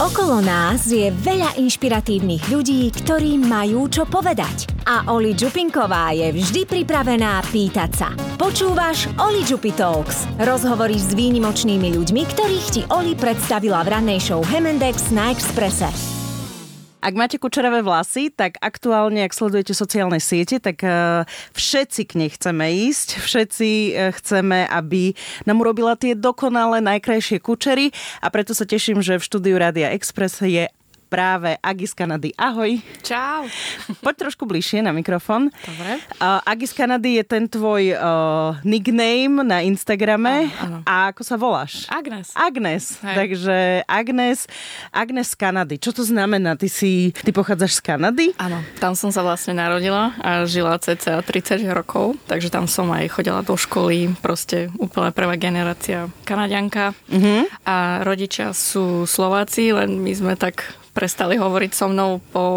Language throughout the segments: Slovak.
Okolo nás je veľa inšpiratívnych ľudí, ktorí majú čo povedať. A Oli Čupinková je vždy pripravená pýtať sa. Počúvaš Oli Čupi Talks. Rozhovory s výnimočnými ľuďmi, ktorých ti Oli predstavila v rannej show Hemendex na Expresse. Ak máte kučeravé vlasy, tak aktuálne, ak sledujete sociálne siete, tak všetci k nej chceme ísť. Všetci chceme, aby nám urobila tie dokonalé, najkrajšie kučery. A preto sa teším, že v štúdiu Rádia Express je práve Agi z Kanady. Ahoj. Čau. Poď trošku bližšie na mikrofón. Dobre. Agi z Kanady je ten tvoj nickname na Instagrame. Áno. A ako sa voláš? Agnes. Agnes. Hej. Takže Agnes z Kanady. Čo to znamená? Ty pochádzaš z Kanady? Áno, tam som sa vlastne narodila a žila cca 30 rokov, takže tam som aj chodila do školy, proste úplne prvá generácia Kanaďanka. A rodičia sú Slováci, len my sme tak prestali hovoriť so mnou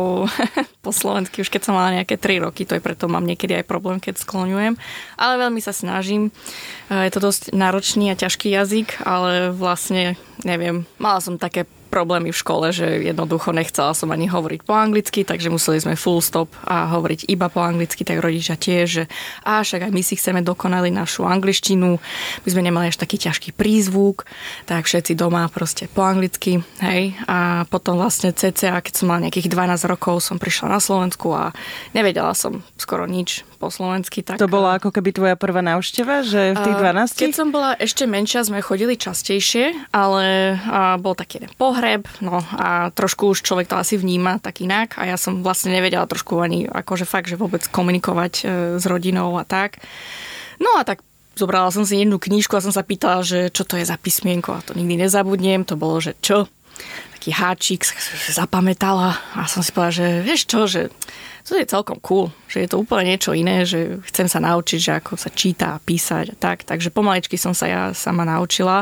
po slovensky, už keď som mala nejaké 3 roky, to je preto mám niekedy aj problém, keď skloňujem, ale veľmi sa snažím. Je to dosť náročný a ťažký jazyk, ale vlastne, neviem, mala som také problémy v škole, že jednoducho nechcela som ani hovoriť po anglicky, takže museli sme full stop a hovoriť iba po anglicky, tak rodičia tiež, že však aj my si chceme dokonaliť našu angličtinu, my sme nemali až taký ťažký prízvuk, tak všetci doma proste po anglicky, hej, a potom vlastne cca, keď som mala nejakých 12 rokov, som prišla na Slovensku a nevedela som skoro nič po slovensky. Tak... To bola ako keby tvoja prvá návšteva, že v tých 12? Keď som bola ešte menšia, sme chodili častejšie, ale bol taký jeden pohreb, no a trošku už človek to asi vníma tak inak a ja som vlastne nevedela trošku ani akože fakt, že vôbec komunikovať s rodinou a tak. No a tak zobrala som si jednu knižku a som sa pýtala, že čo to je za písmienko a to nikdy nezabudnem, to bolo, že čo? Taký háčik zapamätala a som si povedala, že vieš čo, že to je celkom cool, že je to úplne niečo iné, že chcem sa naučiť, že ako sa číta a písať a tak. Takže pomaličky som sa ja sama naučila.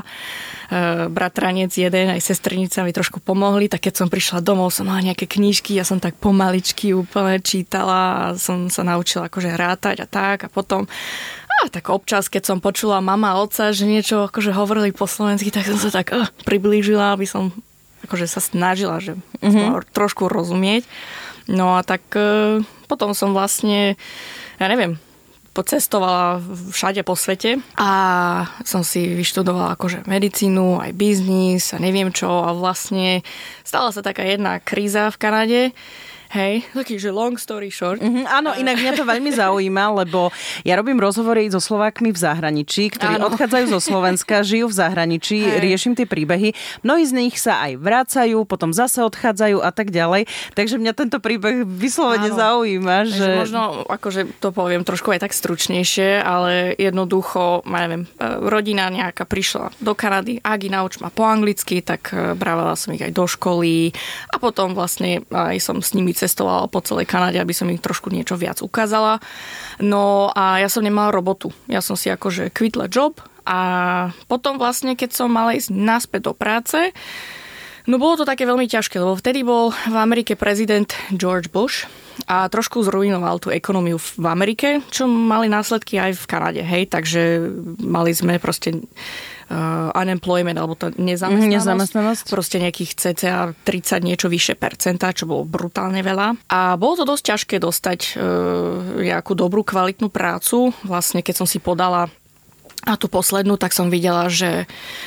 Bratranec jeden, aj sestrnica mi trošku pomohli, tak keď som prišla domov, som mala nejaké knižky, ja som tak pomaličky úplne čítala a som sa naučila akože rátať a tak. A potom tak občas, keď som počula mama a otca, že niečo akože hovorili po slovensky, tak som sa tak priblížila, aby som akože sa snažila, že trošku rozumieť. No a tak potom som vlastne, ja neviem, pocestovala všade po svete a som si vyštudovala akože medicínu, aj biznis a neviem čo a vlastne stala sa taká jedna kríza v Kanade. Hej, taký, že long story short. Áno, inak mňa to veľmi zaujíma, lebo ja robím rozhovory so Slovákmi v zahraničí, ktorí odchádzajú zo Slovenska, žijú v zahraničí, riešim tie príbehy. Mnohí z nich sa aj vracajú, potom zase odchádzajú a tak ďalej. Takže mňa tento príbeh vyslovene zaujíma. Že... Možno, akože to poviem trošku aj tak stručnejšie, ale jednoducho, neviem, rodina nejaká prišla do Kanady, Agi, nauč ma po anglicky, tak brávala som ich aj do školy a potom vlastne aj som s nimi cestovala po celej Kanade, aby som im trošku niečo viac ukázala. No a ja som nemala robotu. Ja som si akože kvitla job a potom vlastne, keď som mala ísť naspäť do práce, no bolo to také veľmi ťažké, lebo vtedy bol v Amerike prezident George Bush a trošku zruinoval tú ekonómiu v Amerike, čo mali následky aj v Kanade, hej, takže mali sme proste unemployment, alebo to nezamestnanosť. Proste nejakých cca 30 niečo vyššie percentá, čo bolo brutálne veľa. A bolo to dosť ťažké dostať nejakú dobrú, kvalitnú prácu. Vlastne, keď som si podala a tú poslednú, tak som videla, že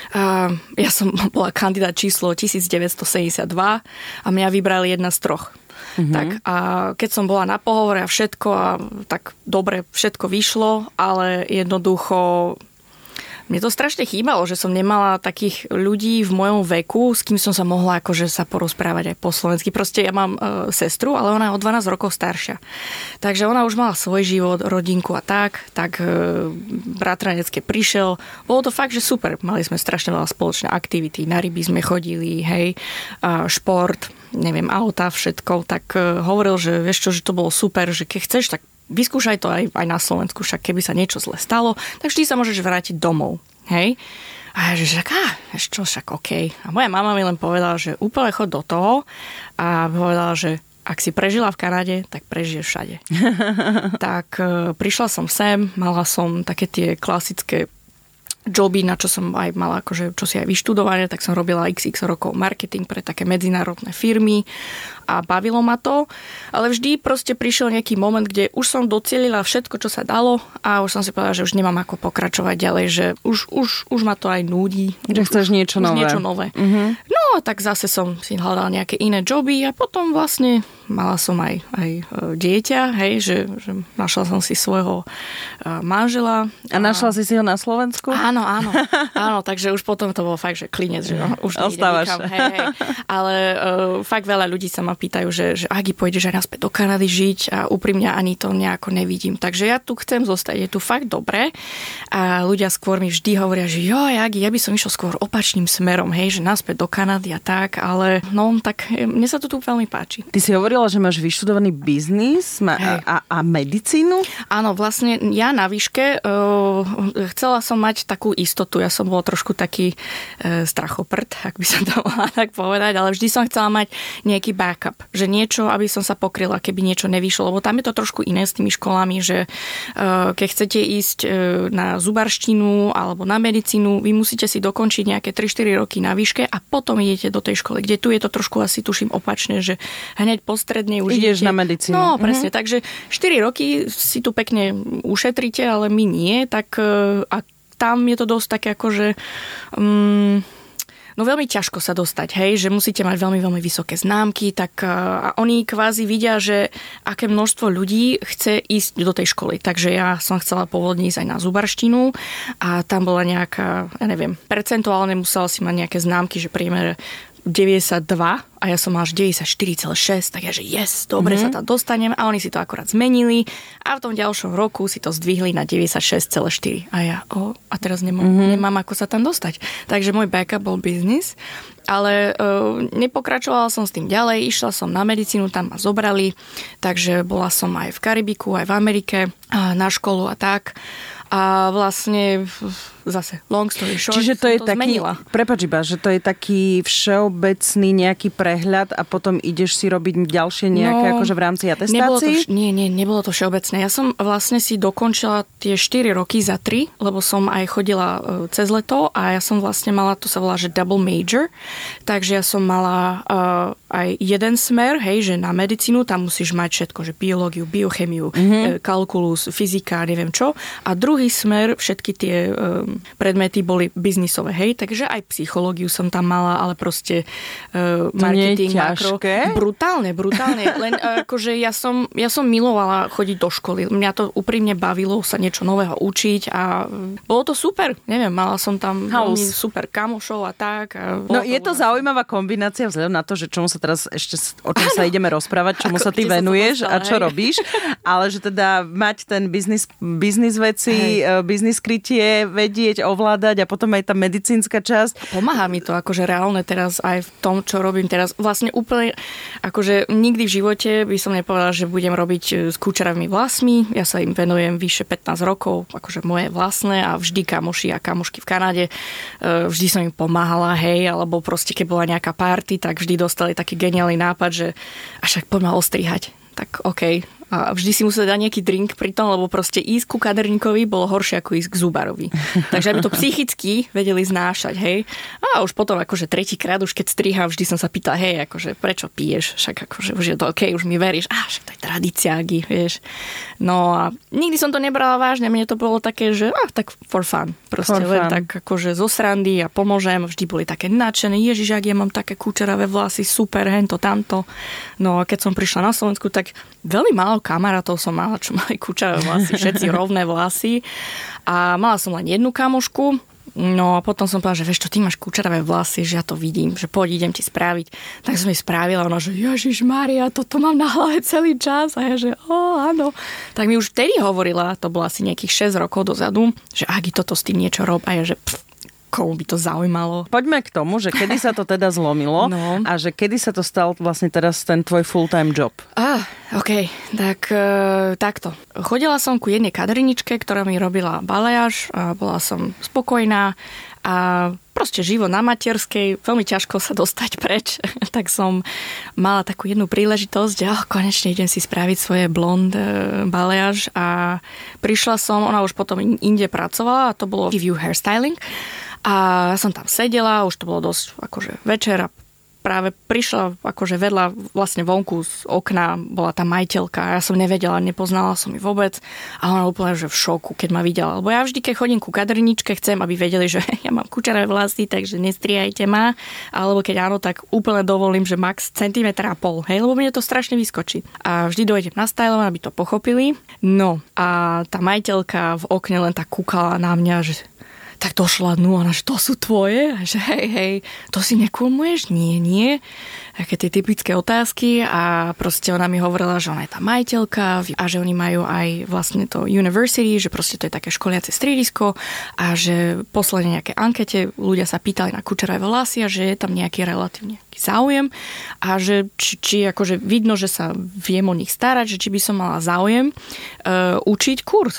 ja som bola kandidát číslo 1972 a mňa vybrali jedna z troch. Tak a keď som bola na pohovore a všetko, a tak dobre všetko vyšlo, ale jednoducho mne to strašne chýbalo, že som nemala takých ľudí v mojom veku, s kým som sa mohla akože sa porozprávať aj po slovensky. Proste ja mám sestru, ale ona je o 12 rokov staršia. Takže ona už mala svoj život, rodinku a tak bratranec keď prišiel. Bolo to fakt, že super. Mali sme strašne veľa spoločné aktivity. Na ryby sme chodili, hej, šport, neviem, auta, všetko. Tak hovoril, že vieš čo, že to bolo super, že keď chceš, tak vyskúšaj to aj na Slovensku, však keby sa niečo zle stalo, tak vždy sa môžeš vrátiť domov. Hej? A ja že čo, však okej. A moja mama mi len povedala, že úplne chod do toho a povedala, že ak si prežila v Kanade, tak prežiješ všade. Tak prišla som sem, mala som také tie klasické joby, na čo som aj mala akože, čo si aj vyštudované, tak som robila XX rokov marketing pre také medzinárodné firmy a bavilo ma to, ale vždy proste prišiel nejaký moment, kde už som docielila všetko, čo sa dalo a už som si povedala, že už nemám ako pokračovať ďalej, že už ma to aj núdi. Že chceš niečo nové. Niečo nové. No, tak zase som si hľadala nejaké iné joby a potom vlastne mala som aj dieťa, hej, že našla som si svojho manžela. A našla si ho na Slovensku? Áno, takže už potom to bol fakt, že klinec, že už ostávaš. Hej. Ale fakt veľa ľudí sa ma pýtajú, že Agi, pôjdeš aj naspäť do Kanady žiť a úprimne ani to nejako nevidím. Takže ja tu chcem zostať, je tu fakt dobre a ľudia skôr mi vždy hovoria, že Agi, ja by som išiel skôr opačným smerom, hej, že naspäť do Kanady a tak, ale no, tak mne sa to tu veľmi páči. Ty si hovorila, že máš vyštudovaný biznis a medicínu? Áno, vlastne ja na výške chcela som mať takú istotu. Ja som bola trošku taký strachoprd, ak by som to mohla tak povedať, ale vždy som chcela mať nejaký backup, že niečo, aby som sa pokryla, keby niečo nevyšlo, lebo tam je to trošku iné s tými školami, že keď chcete ísť na zubarštinu alebo na medicínu, vy musíte si dokončiť nejaké 3-4 roky na výške a potom idete do tej školy, kde tu je to trošku asi tuším opačne, že hneď postredne už ideš na medicínu. No, presne, takže 4 roky si tu pekne ušetríte, ale my nie, tak a tam je to dosť také akože no veľmi ťažko sa dostať, hej, že musíte mať veľmi, veľmi vysoké známky, tak a oni kvázi vidia, že aké množstvo ľudí chce ísť do tej školy. Takže ja som chcela pôvodne ísť aj na zubarštinu a tam bola nejaká, ja neviem, percentuálne musela si mať nejaké známky, že priemer 92 a ja som mal až 94,6, tak ja, že dobre sa tam dostanem a oni si to akorát zmenili a v tom ďalšom roku si to zdvihli na 96,4 a ja, a teraz nemám ako sa tam dostať. Takže môj backup bol biznis, ale nepokračovala som s tým ďalej, išla som na medicínu, tam ma zobrali, takže bola som aj v Karibiku, aj v Amerike na školu a tak. A vlastne zase long story short, čiže to je taký, zmenila. Prepáč iba, že to je taký všeobecný nejaký prehľad a potom ideš si robiť ďalšie nejaké akože v rámci atestácií? Nebolo to všeobecné. Ja som vlastne si dokončila tie 4 roky za 3, lebo som aj chodila cez leto a ja som vlastne mala, to sa volá, že double major, takže ja som mala aj jeden smer, hej, že na medicínu, tam musíš mať všetko, že biológiu, biochemiu, kalkulus, fyzika, neviem čo. A druhý smer, všetky tie predmety boli biznisové, hej, takže aj psychológiu som tam mala, ale proste marketing, makro. Brutálne, len akože ja som milovala chodiť do školy. Mňa to úprimne bavilo sa niečo nového učiť a bolo to super. Neviem, mala som tam super kamošov a tak. No je to zaujímavá kombinácia vzhľadom na to, že čomu sa teraz ešte, o čom sa ideme rozprávať, čomu sa ty venuješ a čo robíš, ale že teda mať ten biznis veci, biznis krytie, vedieť, ovládať a potom aj tá medicínska časť. Pomáha mi to akože reálne teraz aj v tom, čo robím teraz. Vlastne úplne, akože nikdy v živote by som nepovedala, že budem robiť s kúčaravými vlasmi. Ja sa im venujem vyše 15 rokov, akože moje vlastné a vždy kamoši a kamošky v Kanade. Vždy som im pomáhala, hej, alebo proste keď bola nejaká party, tak vždy dostali taký geniálny nápad, že až tak poďme ostrihať. Tak okej. A vždy si museli dať nejaký drink pri tom, lebo proste ísť ku kaderníkovi bolo horšie ako ísť k zubarovi. Takže aby to psychicky vedeli znášať, hej. A už potom akože tretíkrát, už keď strihám, vždy som sa pýtala, hej, akože prečo piješ? Však akože už je to okej, už mi veríš. Však to je tradícia, vieš. No a nikdy som to nebrala vážne, mne to bolo také, že tak for fun. Proste len tak akože zo srandy a pomôžem. Vždy boli také nadšené, ježiš, ak ja mám také kúčeravé vlasy, super, hento, tamto. No a keď som prišla na Slovensku, tak veľmi málo kamarátov som mala, čo mali kúčavé vlasy, všetci rovné vlasy. A mala som len jednu kamošku, no a potom som povedala, že vieš čo, ty máš kúčavé vlasy, že ja to vidím, že poď, idem ti spraviť. Tak som jej spravila, ona, že Ježišmária, toto mám na hlave celý čas. A ja, že áno. Tak mi už vtedy hovorila, to bolo asi nejakých 6 rokov dozadu, že Agi, toto s tým niečo rob. A ja, že komu by to zaujímalo. Poďme k tomu, že kedy sa to teda zlomilo a že kedy sa to stal vlastne teraz ten tvoj full-time job. OK, tak takto. Chodila som ku jednej kaderničke, ktorá mi robila baleáž a bola som spokojná A proste život na materskej, veľmi ťažko sa dostať preč. Tak som mala takú jednu príležitosť a konečne idem si spraviť svoje blond balayage a prišla som, ona už potom inde pracovala a to bolo View Hairstyling a som tam sedela, už to bolo dosť akože večer a práve prišla akože vedľa vlastne vonku z okna, bola tá majiteľka a ja som nevedela, nepoznala som ju vôbec a ona úplne že v šoku, keď ma videla. Lebo ja vždy, keď chodím ku kaderničke, chcem, aby vedeli, že ja mám kučeravé vlasy, takže nestriajte ma. Alebo keď áno, tak úplne dovolím, že max centimetra a pol, hej, lebo mne to strašne vyskočí. A vždy dojdem na stylovanie, aby to pochopili. No a tá majiteľka v okne len tak kúkala na mňa, že tak došla dnu, ona, že to sú tvoje? A že hej, to si nekulmuješ? Nie. Také tie typické otázky a proste ona mi hovorila, že ona je tá majiteľka a že oni majú aj vlastne to university, že proste to je také školiace stredisko a že posledne nejaké ankete ľudia sa pýtali na kučeravé vlasy a že je tam nejaký relatívne záujem a že či akože vidno, že sa viem o nich starať, že či by som mala záujem učiť kurz,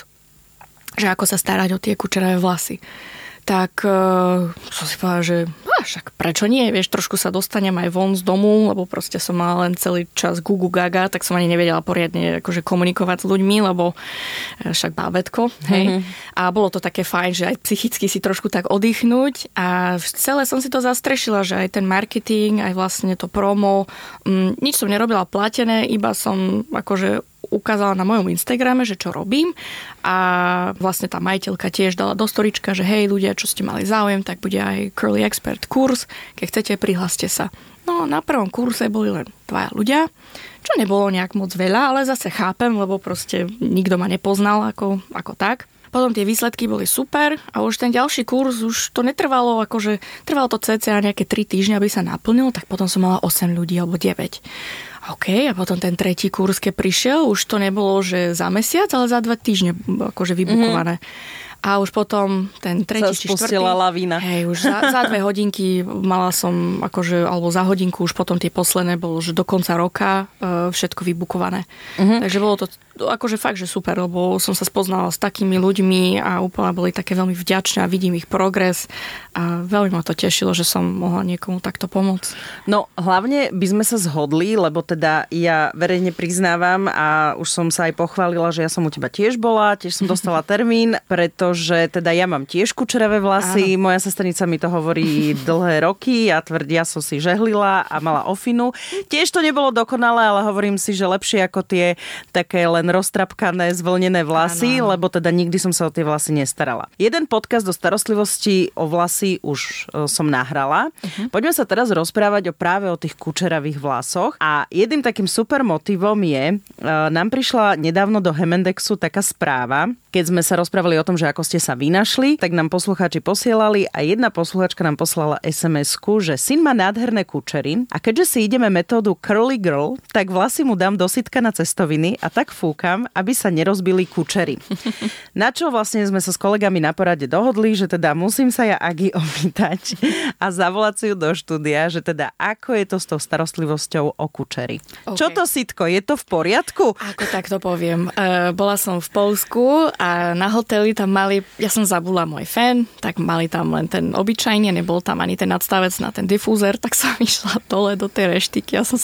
že ako sa starať o tie kučeravé vlasy. Tak som si povedala, že však prečo nie, vieš, trošku sa dostanem aj von z domu, lebo proste som mala len celý čas gugu gaga, tak som ani nevedela poriadne akože komunikovať s ľuďmi, lebo však bábätko, hej. A bolo to také fajn, že aj psychicky si trošku tak oddychnúť a celé som si to zastrešila, že aj ten marketing, aj vlastne to promo, nič som nerobila platené, iba som akože ukázala na mojom Instagrame, že čo robím a vlastne tá majiteľka tiež dala do storička, že hej ľudia, čo ste mali záujem, tak bude aj Curly Expert kurz, keď chcete, prihláste sa. No na prvom kurze boli len 2 ľudia, čo nebolo nejak moc veľa, ale zase chápem, lebo proste nikto ma nepoznal ako tak. Potom tie výsledky boli super a už ten ďalší kurz, už to netrvalo, akože trvalo to cca nejaké 3 týždne, aby sa naplnil, tak potom som mala 8 ľudí alebo 9. OK, a potom ten tretí kurz, keď prišiel, už to nebolo, že za mesiac, ale za 2 týždne akože vybukované. A už potom ten tretí či štvrtý... lavína. Hej, už za 2 hodinky mala som, akože, alebo za hodinku už potom tie posledné bolo, že do konca roka všetko vybukované. Takže bolo to akože fakt, že super, lebo som sa spoznala s takými ľuďmi a úplne boli také veľmi vďačné a vidím ich progres a veľmi ma to tešilo, že som mohla niekomu takto pomôcť. No, hlavne by sme sa zhodli, lebo teda ja verejne priznávam a už som sa aj pochválila, že ja som u teba tiež bola, tiež som dostala termín, pretože teda ja mám tiež kučeravé vlasy, moja sesternica mi to hovorí dlhé roky, ja tvrdia som si žehlila a mala ofinu. Tiež to nebolo dokonalé, ale hovorím si, že lepšie ako tie také len roztrapkané, zvlnené vlasy, lebo teda nikdy som sa o tie vlasy nestarala. Jeden podcast o starostlivosti o vlasy už som nahrala. Poďme sa teraz rozprávať práve o tých kučeravých vlasoch. A jedným takým super motivom je, nám prišla nedávno do Hemendexu taká správa, keď sme sa rozprávali o tom, že ako ste sa vynašli, tak nám poslucháči posielali a jedna posluchačka nám poslala SMS-ku, že syn má nádherné kučery a keďže si ideme metódu Curly Girl, tak vlasy mu dám do sytka na cestoviny a tak fúkam, aby sa nerozbili kučery. Na čo vlastne sme sa s kolegami na porade dohodli, že teda musím sa ja Agi opýtať a zavolať si ju do štúdia, že teda ako je to s tou starostlivosťou o kučery. Okay. Čo to sitko, je to v poriadku? Ako tak to poviem. Bola som v Poľsku a na hoteli tam mali, ja som zabula môj fén, tak mali tam len ten obyčajný, nebol tam ani ten nadstavec na ten difúzer, tak som išla dole do tej reštiky a som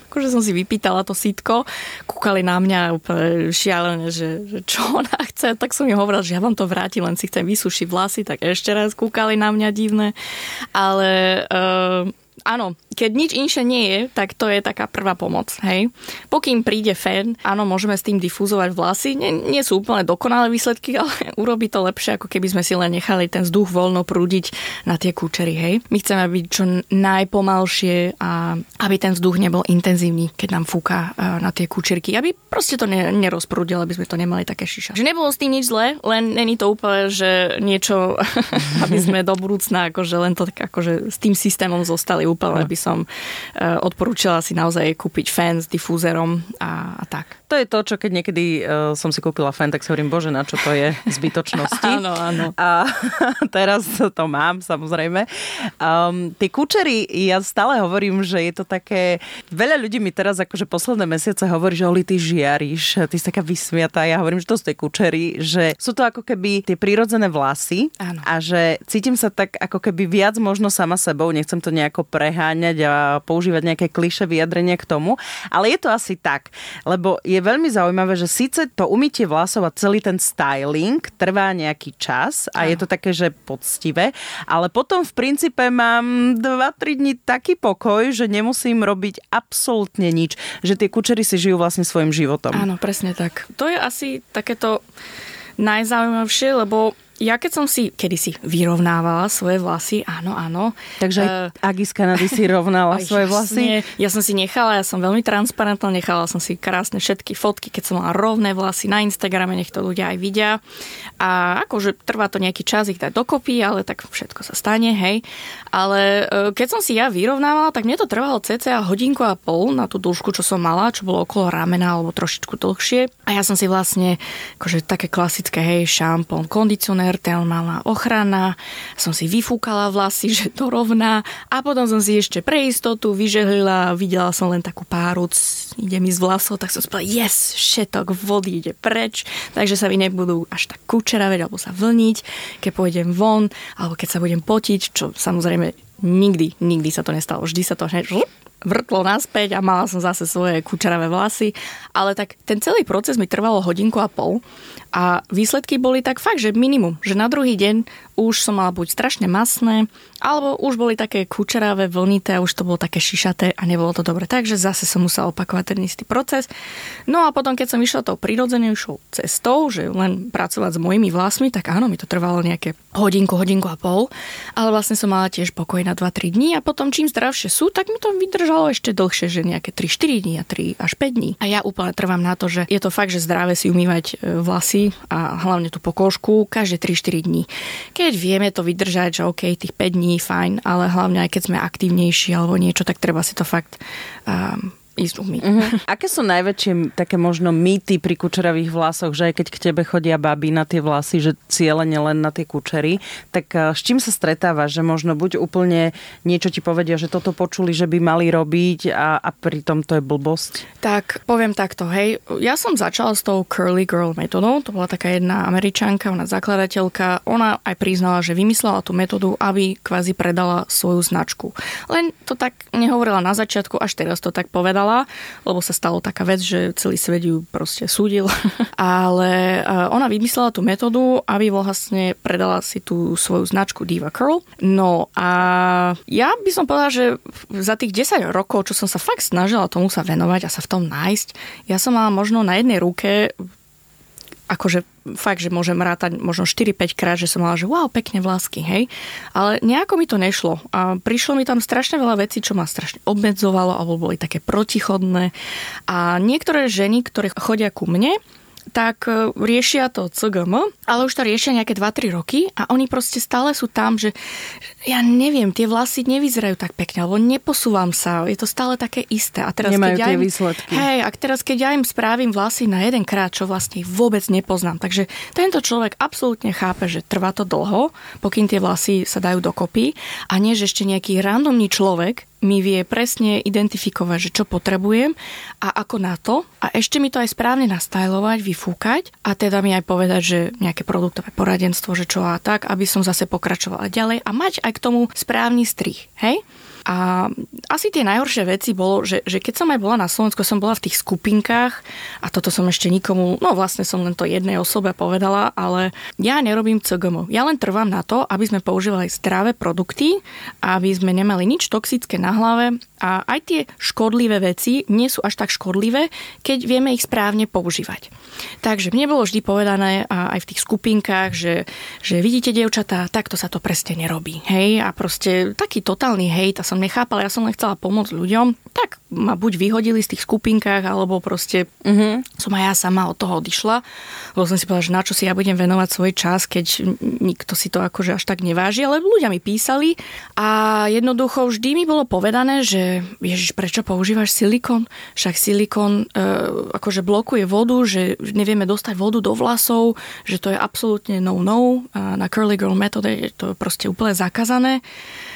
si vypýtala to sítko, kúkali na mňa úplne šialené, že čo ona chce, tak som im hovorila, že ja vám to vrátim, len si chcem vysušiť vlasy, tak ešte raz kúkali na mňa divné, ale áno, keď nič inšie nie je, tak to je taká prvá pomoc, hej. Pokým príde fén, áno, môžeme s tým difúzovať vlasy, nie sú úplne dokonalé výsledky, ale urobí to lepšie, ako keby sme si len nechali ten vzduch voľno prúdiť na tie kúčery, hej. My chceme byť čo najpomalšie a aby ten vzduch nebol intenzívny, keď nám fúka na tie kúčerky, aby proste to nerozprúdilo, aby sme to nemali také šiša. Že nebolo s tým nič zlé, len není to úplne, že niečo, aby sme do budúcna akože len to tak akože s tým systémom zostali úplne by som odporúčala si naozaj kúpiť fan s difúzerom a tak. To je to, čo keď niekedy som si kúpila fan, tak si hovorím, bože, na čo to je zbytočnosti. Áno, áno. A teraz to mám, samozrejme. Tie kučery, ja stále hovorím, že je to také... Veľa ľudí mi teraz akože posledné mesiace hovorí, že Oli, ty žiariš, ty si taká vysmiatá. Ja hovorím, že to sú tie kučery, že sú to ako keby tie prírodzené vlasy. Áno. A že cítim sa tak ako keby viac možno sama sebou, nechcem to nejako preháňať a používať nejaké klišé vyjadrenia k tomu, ale je to asi tak, lebo je veľmi zaujímavé, že síce to umytie vlasov a celý ten styling trvá nejaký čas a je to také, že poctivé, ale potom v princípe mám 2-3 dní taký pokoj, že nemusím robiť absolútne nič, že tie kučery si žijú vlastne svojim životom. Áno, presne tak. To je asi takéto najzaujímavšie, lebo ja keď som si kedysi vyrovnávala svoje vlasy, áno. Takže aj Agis Kanady si rovnala svoje vlasy? Ja som si nechala, ja som veľmi transparentná, nechala som si krásne všetky fotky, keď som mala rovné vlasy na Instagrame, nech to ľudia aj vidia. A akože trvá to nejaký čas ich dať dokopy, ale tak všetko sa stane, hej. Ale keď som si ja vyrovnávala, tak mne to trvalo cca 1,5 hodiny na tú dĺžku, čo som mala, čo bolo okolo ramena alebo trošičku dlhšie. A ja som si vlastne, akože také klasické, hej, šampón, kondicionér, termálna ochrana, som si vyfúkala vlasy, že to rovná a potom som si ešte pre istotu vyžehlila, videla som len takú párúc, ide mi z vlasov, tak som si povedala, yes, všetok vody ide preč, takže sa mi nebudú až tak kučeraveť alebo sa vlniť, keď pôjdem von, alebo keď sa budem potiť, čo samozrejme nikdy sa to nestalo, vždy sa to hneď vrtlo naspäť a mala som zase svoje kučeravé vlasy, ale tak ten celý proces mi trvalo 1,5 hodiny a výsledky boli tak fakt, že minimum, že na druhý deň už som mala buď strašne masné, alebo už boli také kučeravé, vlnité a už to bolo také šišaté a nebolo to dobre. Takže zase som musela opakovať ten istý proces. No a potom, keď som išla tou prirodzenejšou cestou, že len pracovať s mojimi vlasmi, tak áno, mi to trvalo nejaké hodinku a pol, ale vlastne som mala tiež pokoj na 2-3 dní a potom čím zdravšie sú, tak mi to vydržalo ešte dlhšie, že nejaké 3-4 dní a 3 až 5 dní. A ja úplne trvám na to, že je to fakt, že zdravé si umývať vlasy a hlavne tú pokožku každé 3-4 dní. Keď vieme to vydržať, že OK, tých 5 dní fajn, ale hlavne aj keď sme aktívnejší alebo niečo, tak treba si to fakt ísť umyť. Aké sú najväčšie také možno mýty pri kučeravých vlasoch, že aj keď k tebe chodia baby na tie vlasy, že cielene len na tie kučery, tak s čím sa stretávaš, že možno buď úplne niečo ti povedia, že toto počuli, že by mali robiť a pritom to je blbosť? Tak, poviem takto, hej. Ja som začala s tou Curly Girl metodou, to bola taká jedna Američanka, ona zakladateľka, ona aj priznala, že vymyslela tú metódu, aby kvázi predala svoju značku. Len to tak nehovorila na začiatku, až teraz to tak povedala, lebo sa stalo taká vec, že celý svet ju proste súdil. Ale ona vymyslela tú metódu, aby vlastne predala si tú svoju značku Diva Curl. No a ja by som povedala, že za tých 10 rokov, čo som sa fakt snažila tomu sa venovať a sa v tom nájsť, ja som mala možno na jednej ruke akože fakt, že môžem rátať možno 4-5 krát, že som mala, že wow, pekne vlásky, hej. Ale nejako mi to nešlo. A prišlo mi tam strašne veľa vecí, čo ma strašne obmedzovalo, alebo boli také protichodné. A niektoré ženy, ktoré chodia ku mne, tak riešia to CGM, ale už to riešia nejaké 2-3 roky a oni proste stále sú tam, že ja neviem, tie vlasy nevyzerajú tak pekne, alebo neposúvam sa, je to stále také isté. A teraz, nemajú tie výsledky. Hej, a teraz keď ja im spravím vlasy na jeden krát, čo vlastne vôbec nepoznám. Takže tento človek absolútne chápe, že trvá to dlho, pokým tie vlasy sa dajú dokopy a nie, že ešte nejaký randomný človek mi vie presne identifikovať, že čo potrebujem a ako na to a ešte mi to aj správne nastajlovať, vyfúkať a teda mi aj povedať, že nejaké produktové poradenstvo, že čo a tak, aby som zase pokračovala ďalej a mať aj k tomu správny strih, hej? A asi tie najhoršie veci bolo, že keď som aj bola na Slovensku, som bola v tých skupinkách a toto som ešte nikomu, no vlastne som len to jednej osobe povedala, ale ja nerobím CGM. Ja len trvám na to, aby sme používali zdravé produkty, aby sme nemali nič toxické na hlave A aj tie škodlivé veci nie sú až tak škodlivé, keď vieme ich správne používať. Takže mne bolo vždy povedané aj v tých skupinkách, že vidíte, dievčatá, takto sa to presne nerobí. Hej? A proste taký totálny hejt, a som nechápala, ja som len chcela pomôcť ľuďom, tak ma buď vyhodili z tých skupinkách, alebo proste som aj ja sama od toho odišla. Lebo som si povedala, že na čo si ja budem venovať svoj čas, keď nikto si to akože až tak neváži, ale ľudia mi písali a jednoducho vždy mi bolo povedané, že Ježiš, prečo používaš silikón? Však silikón akože blokuje vodu, že nevieme dostať vodu do vlasov, že to je absolútne no-no. A na Curly Girl metóde je to proste úplne zakázané.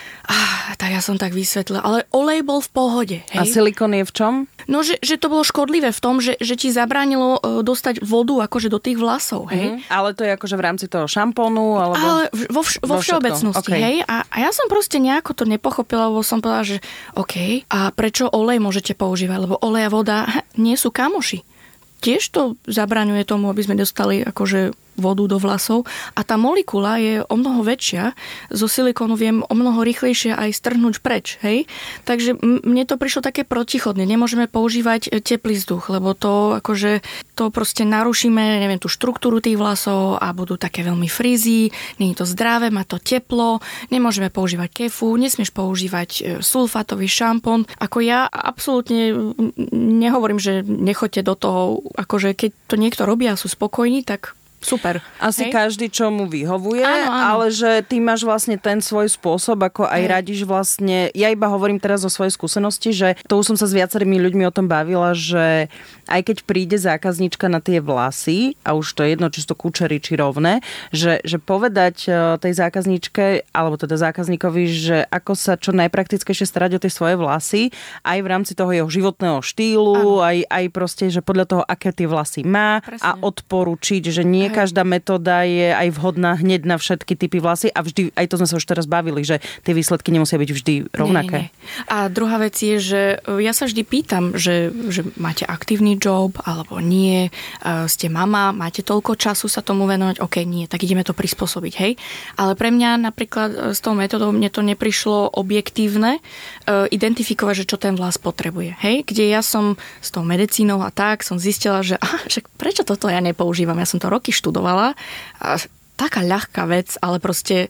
Tak ja som tak vysvetlila. Ale olej bol v pohode. Hej? A silikón je v čom? No, že to bolo škodlivé v tom, že ti zabránilo dostať vodu akože do tých vlasov. Hej? Ale to je akože v rámci toho šampónu? Alebo... Ale vo všeobecnosti. Okay. Hej? A ja som proste nejako to nepochopila, lebo som povedala, že OK, a prečo olej môžete používať? Lebo olej a voda nie sú kamoši. Tiež to zabraňuje tomu, aby sme dostali akože vodu do vlasov a tá molekula je o mnoho väčšia. Zo silikónu viem o mnoho rýchlejšie aj strhnúť preč. Hej? Takže mne to prišlo také protichodné. Nemôžeme používať teplý vzduch, lebo to akože to proste narušíme, neviem, tú štruktúru tých vlasov a budú také veľmi frízy. Nie je to zdravé, má to teplo. Nemôžeme používať kefu, nesmieš používať sulfátový šampón. Ako ja absolútne nehovorím, že nechoďte do toho, akože keď to niekto robí a sú spokojní, tak super. Asi každý, čo mu vyhovuje, áno. Ale že ty máš vlastne ten svoj spôsob, ako aj radíš vlastne. Ja iba hovorím teraz o svojej skúsenosti, že to už som sa s viacerými ľuďmi o tom bavila, že aj keď príde zákazníčka na tie vlasy, a už to je jedno, či sú to kučery, či rovné, že povedať tej zákazníčke, alebo teda zákazníkovi, že ako sa čo najpraktickejšie starať o tie svoje vlasy, aj v rámci toho jeho životného štýlu, aj proste, že podľa toho, aké tie vlasy má. Presne. A odporučiť, že nie každá metóda je aj vhodná hneď na všetky typy vlasy a vždy, aj to sme sa už teraz bavili, že tie výsledky nemusia byť vždy rovnaké. Nie. A druhá vec je, že ja sa vždy pýtam, že máte aktívny job alebo nie, ste mama, máte toľko času sa tomu venovať, OK, nie, tak ideme to prispôsobiť, hej. Ale pre mňa napríklad s tou metódou mne to neprišlo objektívne identifikovať, že čo ten vlas potrebuje, hej. Kde ja som s tou medicínou a tak som zistila, že prečo toto ja nepoužívam, ja som to roky študovala. Taká ľahká vec, ale proste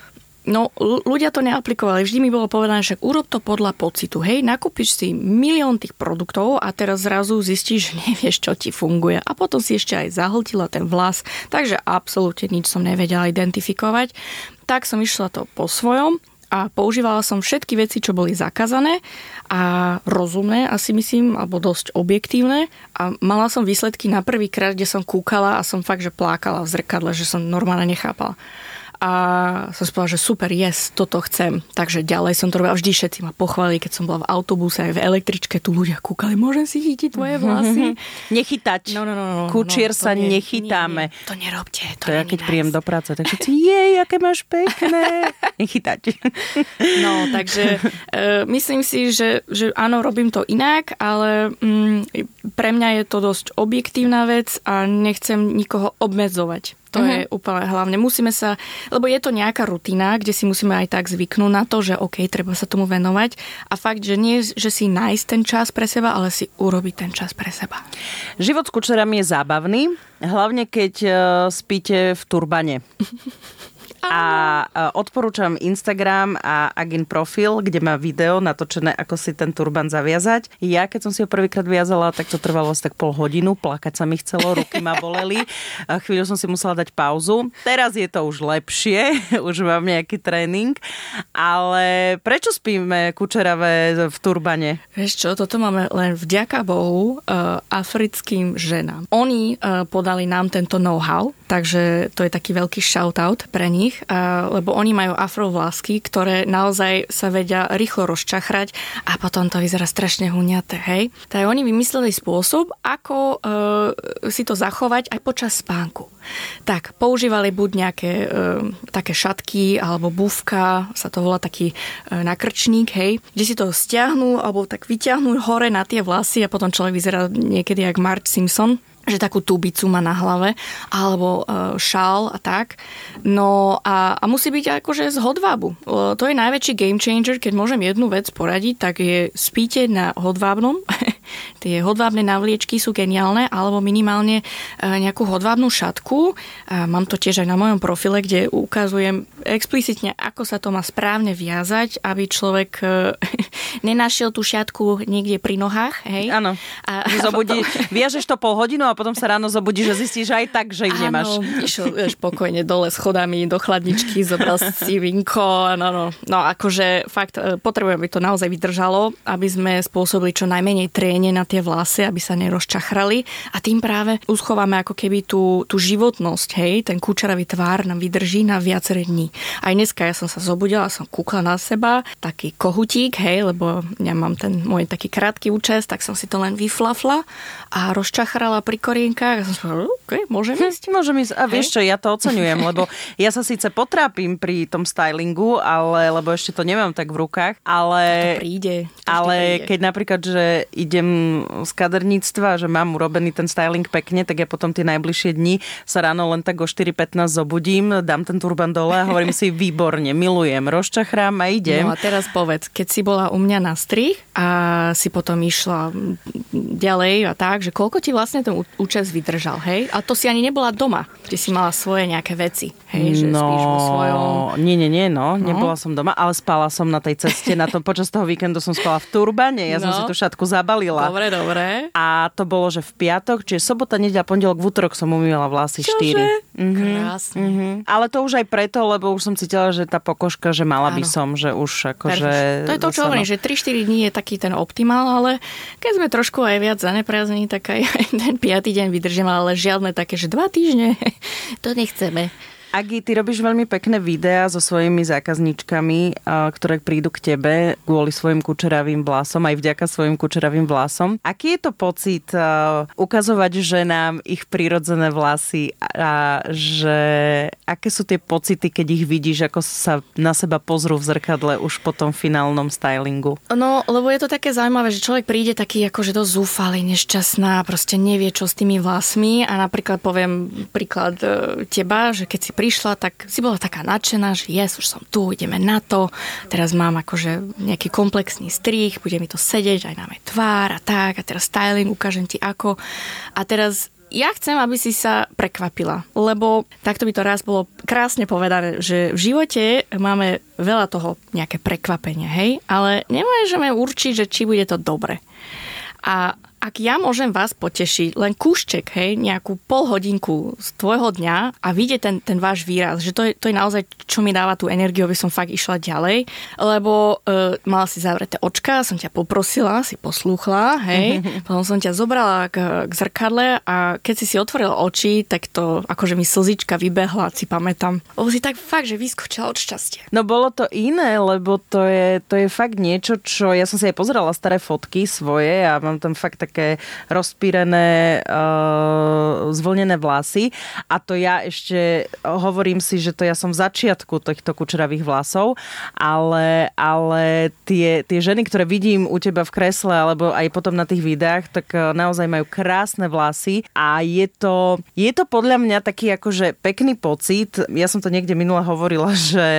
ľudia to neaplikovali. Vždy mi bolo povedané, že urob to podľa pocitu. Hej, nakúpiš si milión tých produktov a teraz zrazu zistíš, že nevieš, čo ti funguje. A potom si ešte aj zahltila ten vlas. Takže absolútne nič som nevedela identifikovať. Tak som išla to po svojom a používala som všetky veci, čo boli zakázané a rozumné, asi myslím, alebo dosť objektívne. A mala som výsledky na prvýkrát, kde som kúkala a som fakt, že plákala v zrkadle, že som normálne nechápala. A som si povedala, že super, yes, toto chcem. Takže ďalej som to robila. Vždy všetci ma pochválili, keď som bola v autobuse aj v električke, tu ľudia kúkali, môžem si chytiť tvoje vlasy? Nechytať. No. Kučier sa nechytáme. Nie. To nerobte. To ja keď príjem do práce, tak všetci, jej, aké máš pekné. Nechytať. No, takže myslím si, že áno, robím to inak, ale pre mňa je to dosť objektívna vec a nechcem nikoho obmedzovať. To je úplne hlavne. Musíme sa, lebo je to nejaká rutina, kde si musíme aj tak zvyknúť na to, že OK, treba sa tomu venovať. A fakt, že nie, že si nájsť ten čas pre seba, ale si urobiť ten čas pre seba. Život s kučerami je zábavný, hlavne keď spíte v turbane. A odporúčam Instagram a Agin profil, kde má video natočené, ako si ten turban zaviazať. Ja, keď som si ho prvýkrát viazala, tak to trvalo asi tak pol hodinu. Plakať sa mi chcelo, ruky ma boleli. Chvíľu som si musela dať pauzu. Teraz je to už lepšie, už mám nejaký tréning. Ale prečo spíme kučeravé v turbane? Vieš čo, toto máme len vďaka Bohu africkým ženám. Oni podali nám tento know-how, takže to je taký veľký shoutout pre nich, lebo oni majú afrovlásky, ktoré naozaj sa vedia rýchlo rozčachrať a potom to vyzerá strašne huňaté, hej. Tak oni vymysleli spôsob, ako si to zachovať aj počas spánku. Tak, používali buď nejaké také šatky, alebo bufka, sa to volá taký nakrčník, hej, kde si to stiahnu, alebo tak vyťahnú hore na tie vlasy a potom človek vyzerá niekedy jak Marge Simpson. že takú tubicu má na hlave, alebo šál a tak. No a musí byť akože z hodvábu. To je najväčší game changer, keď môžem jednu vec poradiť, tak je spíte na hodvábnom. Tie hodvábne navliečky sú geniálne, alebo minimálne nejakú hodvábnu šatku. Mám to tiež aj na mojom profile, kde ukazujem explicitne, ako sa to má správne viazať, aby človek nenašiel tú šatku niekde pri nohách. Hej? Áno. Viažeš to pol hodinu a potom sa ráno zobudíš, že zistíš aj tak, že ich nemáš. Áno, išiel pokojne dole schodami do chladničky, zobral si vinko. No, akože fakt potrebujem, aby to naozaj vydržalo, aby sme spôsobili čo najmenej tréne na tie vlasy, aby sa nerozčachrali a tým práve uschováme ako keby tú životnosť, hej, ten kučeravý tvár nám vydrží na viaceré dní. Aj dneska ja som sa zobudila, som kúkla na seba, taký kohutík, hej, lebo ja mám ten môj taký krátky účes, tak som si to len vyflafla a rozčachrala pri korienkách a som si povedala, môžem ísť? Môžem ísť. A vieš čo, ja to oceňujem, lebo ja sa síce potrápim pri tom stylingu, lebo ešte to nemám tak v rukách, ale... To príde. Ale keď napríklad, že idem z kaderníctva, že mám urobený ten styling pekne, tak ja potom tie najbližšie dni sa ráno len tak o 4:15 zobudím, dám ten turban dole a hovorím si, výborne, milujem, rozčachrám a idem. No a teraz povedz, keď si bola u mňa na strih a si potom išla ďalej a tak, že koľko ti vlastne ten účes vydržal, hej? A to si ani nebola doma, že si mala svoje nejaké veci, hej? Že spíš vo svojom... Nie, nebola som doma, ale spala som na tej ceste, počas toho víkendu som spala v turbane, ja som si tú šatku zabalila. Dobre. A to bolo, že v piatok, čiže sobota, nedeľa, pondelok, v útorok som umývala vlasy 4. Krásne. Ale to už aj preto, lebo už som cítila, že tá pokožka, že mala by som, že už akože... To je to, čo hovorím, že 3-4 dní je taký ten optimál, ale keď sme trošku aj viac zaneprázdnení, tak aj ten 5. deň vydržíme, ale žiadne také, že 2 týždne, to nechceme. Agi, ty robíš veľmi pekné videá so svojimi zákazníčkami, ktoré prídu k tebe kvôli svojim kučeravým vlasom, aj vďaka svojim kučeravým vlasom. Aký je to pocit ukazovať ženám ich prirodzené vlasy a že aké sú tie pocity, keď ich vidíš, ako sa na seba pozrú v zrkadle už po tom finálnom stylingu? No, lebo je to také zaujímavé, že človek príde taký akože dosť zúfalý, nešťastná, proste nevie, čo s tými vlasmi a napríklad poviem príklad teba, že keď si prišla, tak si bola taká nadšená, že už som tu, ideme na to. Teraz mám akože nejaký komplexný strih, bude mi to sedieť aj na mej tvár a tak. A teraz styling, ukážem ti ako. A teraz ja chcem, aby si sa prekvapila, lebo takto by to raz bolo krásne povedané, že v živote máme veľa toho nejaké prekvapenie, hej? Ale nemôžeme určiť, že či bude to dobre. A ak ja môžem vás potešiť, len kúšček, hej, nejakú polhodinku z tvojho dňa a vidieť ten váš výraz, že to je naozaj, čo mi dáva tú energiu, aby som fakt išla ďalej, lebo mala si zavreté očka, som ťa poprosila, si poslúchla, hej, potom som ťa zobrala k zrkadle a keď si otvorila oči, tak to akože mi slzička vybehla, si pamätám. Lebo si tak fakt, že vyskočila od šťastia. No bolo to iné, lebo to je fakt niečo, čo ja som si aj pozerala staré fotky svoje a mám tam fakt také rozpírené, zvlnené vlasy. A to ja ešte hovorím si, že to ja som v začiatku týchto kučeravých vlasov, ale tie ženy, ktoré vidím u teba v kresle, alebo aj potom na tých videách, tak naozaj majú krásne vlasy a je to podľa mňa taký akože pekný pocit. Ja som to niekde minule hovorila,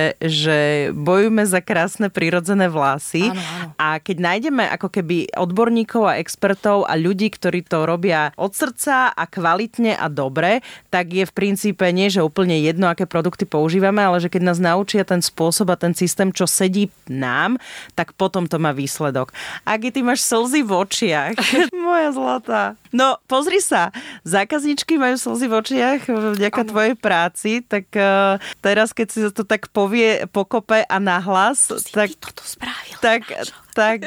že bojujeme za krásne prirodzené vlasy. Áno. A keď nájdeme ako keby odborníkov a expertov a ľudí, ktorí to robia od srdca a kvalitne a dobre, tak je v princípe nie, že úplne jedno, aké produkty používame, ale že keď nás naučia ten spôsob a ten systém, čo sedí nám, tak potom to má výsledok. Agi, ty máš slzy v očiach. Moja zlatá. No, pozri sa, zákazničky majú slzy v očiach vďaka tvojej práci, tak teraz, keď si to tak povie, pokope a nahlas, tak... Toto spravil. Tak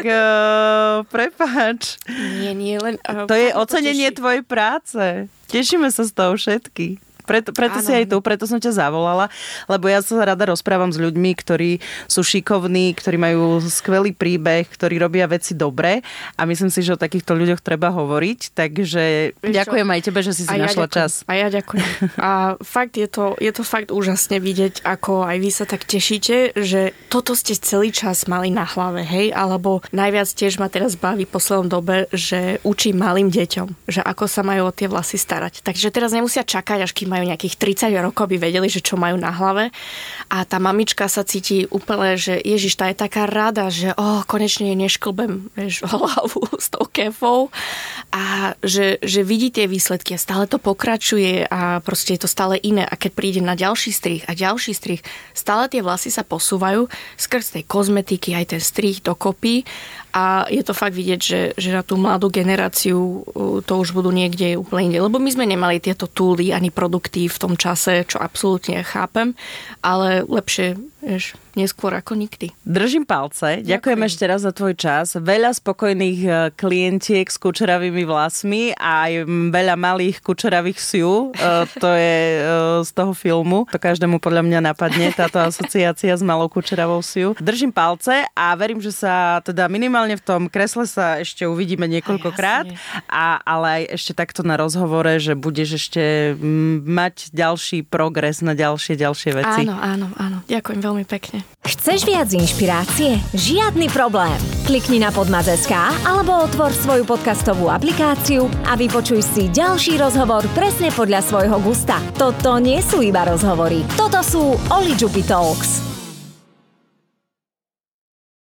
prepáč. Nie, len... To je ocenenie tvojej práce. Tešíme sa z toho všetky. Preto si aj tu, preto som ťa zavolala, lebo ja sa rada rozprávam s ľuďmi, ktorí sú šikovní, ktorí majú skvelý príbeh, ktorí robia veci dobre a myslím si, že o takýchto ľuďoch treba hovoriť, takže ďakujem aj tebe, že si našla čas. A ja ďakujem. A fakt je to fakt úžasne vidieť, ako aj vy sa tak tešíte, že toto ste celý čas mali na hlave, hej? Alebo najviac tiež ma teraz baví v poslednom dobe, že učím malým deťom, že ako sa majú o tie vlasy starať. Takže teraz nemusia čakať, až kým majú nejakých 30 rokov, aby vedeli, že čo majú na hlave. A tá mamička sa cíti úplne, že Ježiš, tá je taká rada, že konečne nešklbem hlavu s tou kefou a že vidí tie výsledky a stále to pokračuje a proste je to stále iné. A keď príde na ďalší strih a ďalší strih, stále tie vlasy sa posúvajú skrz tej kozmetiky, aj ten strih dokopy a je to fakt vidieť, že na tú mladú generáciu to už budú niekde úplne inde. Lebo my sme nemali tieto túly ani produkty v tom čase, čo absolútne chápem, ale lepšie neskôr ako nikdy. Držím palce. Ďakujem ešte raz za tvoj čas. Veľa spokojných klientiek s kučeravými vlasmi a aj veľa malých kučeravých siu. To je z toho filmu. To každému podľa mňa napadne, táto asociácia s malou kučeravou siu. Držím palce a verím, že sa teda minimálne v tom kresle sa ešte uvidíme niekoľkokrát. Ale aj ešte takto na rozhovore, že budeš ešte mať ďalší progres na ďalšie veci. Áno. Ďakujem veľmi pekne. Chceš viac inšpirácie? Žiadny problém. Klikni na Podmas.sk alebo otvor svoju podcastovú aplikáciu a vypočuj si ďalší rozhovor presne podľa svojho gusta. Toto nie sú iba rozhovory. Toto sú Oli Jupi Talks.